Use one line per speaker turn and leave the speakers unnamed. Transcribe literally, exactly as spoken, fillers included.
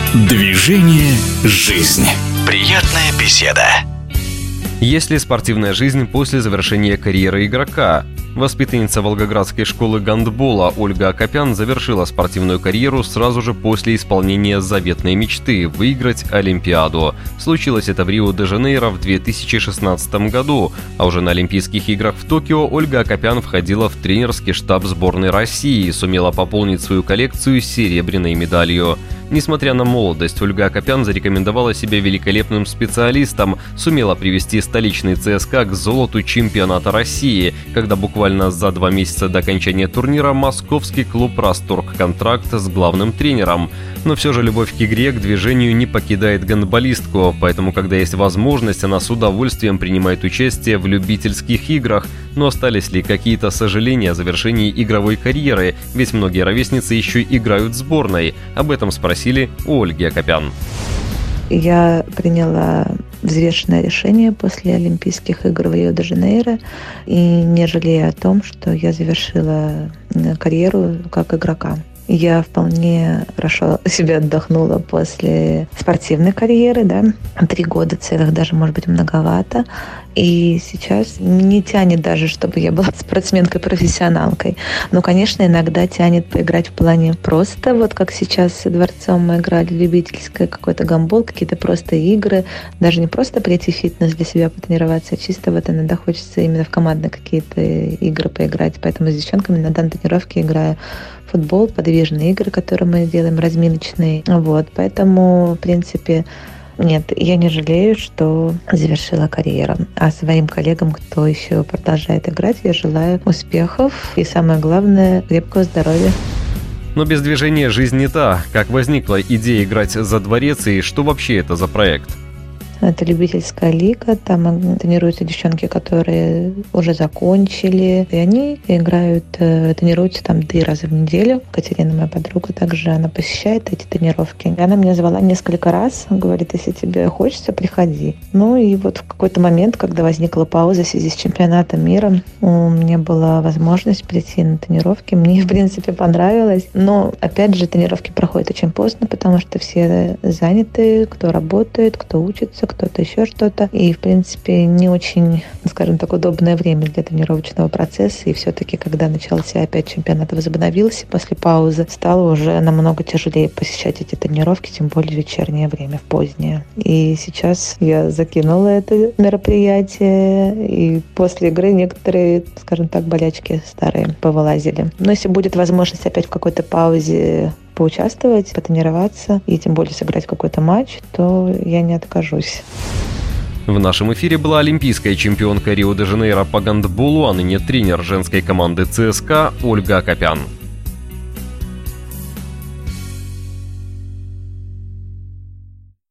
Движение «Жизнь». Приятная беседа.
Есть ли спортивная жизнь после завершения карьеры игрока? Воспитанница Волгоградской школы гандбола Ольга Акопян завершила спортивную карьеру сразу же после исполнения заветной мечты – выиграть Олимпиаду. Случилось это в Рио-де-Жанейро в две тысячи шестнадцатом году, а уже на Олимпийских играх в Токио Ольга Акопян входила в тренерский штаб сборной России и сумела пополнить свою коллекцию серебряной медалью. Несмотря на молодость, Ольга Акопян зарекомендовала себя великолепным специалистом, сумела привести столичный ЦСКА к золоту чемпионата России, когда буквально за два месяца до окончания турнира московский клуб расторг контракт с главным тренером. Но все же любовь к игре, к движению не покидает гандболистку, поэтому, когда есть возможность, она с удовольствием принимает участие в любительских играх. Но остались ли какие-то сожаления о завершении игровой карьеры? Ведь многие ровесницы еще играют в сборной. Об этом спросили у Ольги Акопян.
Я приняла взвешенное решение после Олимпийских игр в Рио-де-Жанейро и не жалею о том, что я завершила карьеру как игрока. Я вполне хорошо себя отдохнула после спортивной карьеры, да, три года целых, даже, может быть, многовато. И сейчас не тянет даже, чтобы я была спортсменкой-профессионалкой. Но, конечно, иногда тянет поиграть в плане просто, вот как сейчас с Дворцом мы играли, любительское какой-то гандбол, какие-то просто игры. Даже не просто прийти в фитнес для себя потренироваться, а чисто вот иногда хочется именно в командные какие-то игры поиграть. Поэтому с девчонками иногда на тренировке играю в футбол, подвижные игры, которые мы делаем, разминочные. Вот, поэтому, в принципе, нет, я не жалею, что завершила карьеру. А своим коллегам, кто еще продолжает играть, я желаю успехов и, самое главное, крепкого здоровья.
Но без движения жизнь не та. Как возникла идея играть за Дворец и что вообще это за проект?
Это любительская лига, там тренируются девчонки, которые уже закончили, и они играют, тренируются там три раза в неделю. Катерина, моя подруга, также она посещает эти тренировки. И она меня звала несколько раз, говорит, если тебе хочется, приходи. Ну и вот в какой-то момент, когда возникла пауза в связи с чемпионатом мира, у меня была возможность прийти на тренировки. Мне, в принципе, понравилось. Но, опять же, тренировки проходят очень поздно, потому что все заняты, кто работает, кто учится, кто-то еще что-то. И, в принципе, не очень, скажем так, удобное время для тренировочного процесса. И все-таки, когда начался опять чемпионат, возобновился после паузы, стало уже намного тяжелее посещать эти тренировки, тем более в вечернее время, в позднее. И сейчас я закинула это мероприятие, и после игры некоторые, скажем так, болячки старые повылазили. Но если будет возможность опять в какой-то паузе поучаствовать, потренироваться и тем более сыграть какой-то матч, то я не откажусь.
В нашем эфире была олимпийская чемпионка Рио-де-Жанейро по гандболу, а ныне тренер женской команды ЦСКА Ольга Акопян.